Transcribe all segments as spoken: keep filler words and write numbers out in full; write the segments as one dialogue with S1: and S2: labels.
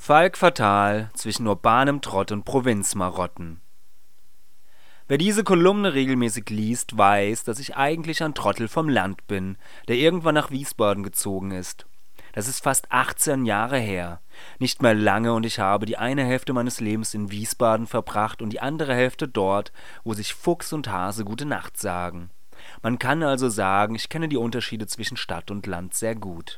S1: Falk fatal zwischen urbanem Trott und Provinzmarotten. Wer diese Kolumne regelmäßig liest, weiß, dass ich eigentlich ein Trottel vom Land bin, der irgendwann nach Wiesbaden gezogen ist. Das ist fast achtzehn Jahre her. Nicht mehr lange, und ich habe die eine Hälfte meines Lebens in Wiesbaden verbracht und die andere Hälfte dort, wo sich Fuchs und Hase gute Nacht sagen. Man kann also sagen, ich kenne die Unterschiede zwischen Stadt und Land sehr gut.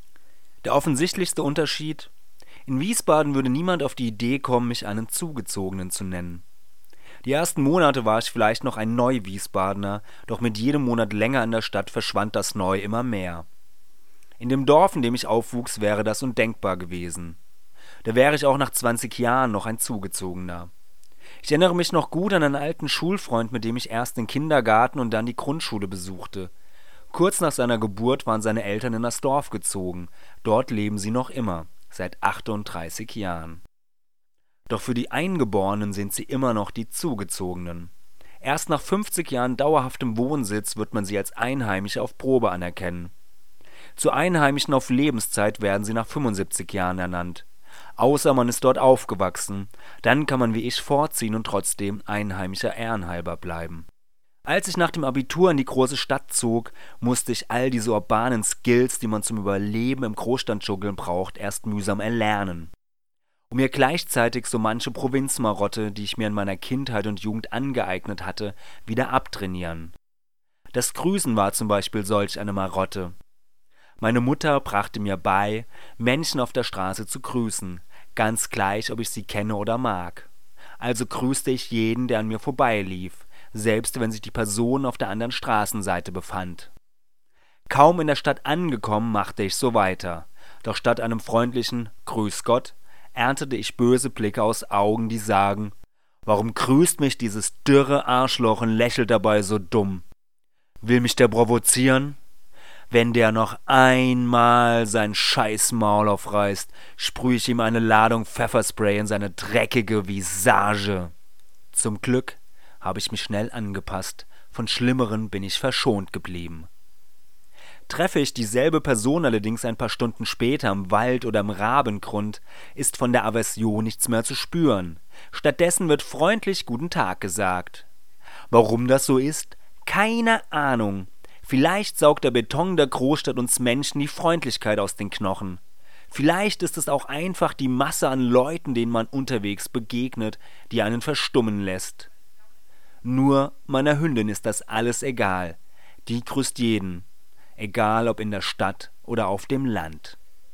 S1: Der offensichtlichste Unterschied: In Wiesbaden würde niemand auf die Idee kommen, mich einen Zugezogenen zu nennen. Die ersten Monate war ich vielleicht noch ein Neu-Wiesbadener, doch mit jedem Monat länger in der Stadt verschwand das Neu immer mehr. In dem Dorf, in dem ich aufwuchs, wäre das undenkbar gewesen. Da wäre ich auch nach zwanzig Jahren noch ein Zugezogener. Ich erinnere mich noch gut an einen alten Schulfreund, mit dem ich erst den Kindergarten und dann die Grundschule besuchte. Kurz nach seiner Geburt waren seine Eltern in das Dorf gezogen. Dort leben sie noch immer, seit achtunddreißig Jahren. Doch für die Eingeborenen sind sie immer noch die Zugezogenen. Erst nach fünfzig Jahren dauerhaftem Wohnsitz wird man sie als Einheimische auf Probe anerkennen. Zu Einheimischen auf Lebenszeit werden sie nach fünfundsiebzig Jahren ernannt. Außer man ist dort aufgewachsen, dann kann man wie ich fortziehen und trotzdem Einheimischer ehrenhalber bleiben. Als ich nach dem Abitur in die große Stadt zog, musste ich all diese urbanen Skills, die man zum Überleben im Großstadtdschungel braucht, erst mühsam erlernen. Um mir gleichzeitig so manche Provinzmarotte, die ich mir in meiner Kindheit und Jugend angeeignet hatte, wieder abtrainieren. Das Grüßen war zum Beispiel solch eine Marotte. Meine Mutter brachte mir bei, Menschen auf der Straße zu grüßen, ganz gleich, ob ich sie kenne oder mag. Also grüßte ich jeden, der an mir vorbeilief, selbst wenn sich die Person auf der anderen Straßenseite befand. Kaum in der Stadt angekommen, machte ich so weiter, doch statt einem freundlichen »Grüß Gott« erntete ich böse Blicke aus Augen, die sagen: »Warum grüßt mich dieses dürre Arschloch und lächelt dabei so dumm? Will mich der provozieren? Wenn der noch einmal sein Scheißmaul aufreißt, sprühe ich ihm eine Ladung Pfefferspray in seine dreckige Visage.« Zum Glück habe ich mich schnell angepasst, von Schlimmeren bin ich verschont geblieben. Treffe ich dieselbe Person allerdings ein paar Stunden später im Wald oder im Rabengrund, ist von der Aversion nichts mehr zu spüren. Stattdessen wird freundlich Guten Tag gesagt. Warum das so ist? Keine Ahnung. Vielleicht saugt der Beton der Großstadt uns Menschen die Freundlichkeit aus den Knochen. Vielleicht ist es auch einfach die Masse an Leuten, denen man unterwegs begegnet, die einen verstummen lässt. Nur meiner Hündin ist das alles egal. Die grüßt jeden. Egal ob in der Stadt oder auf dem Land.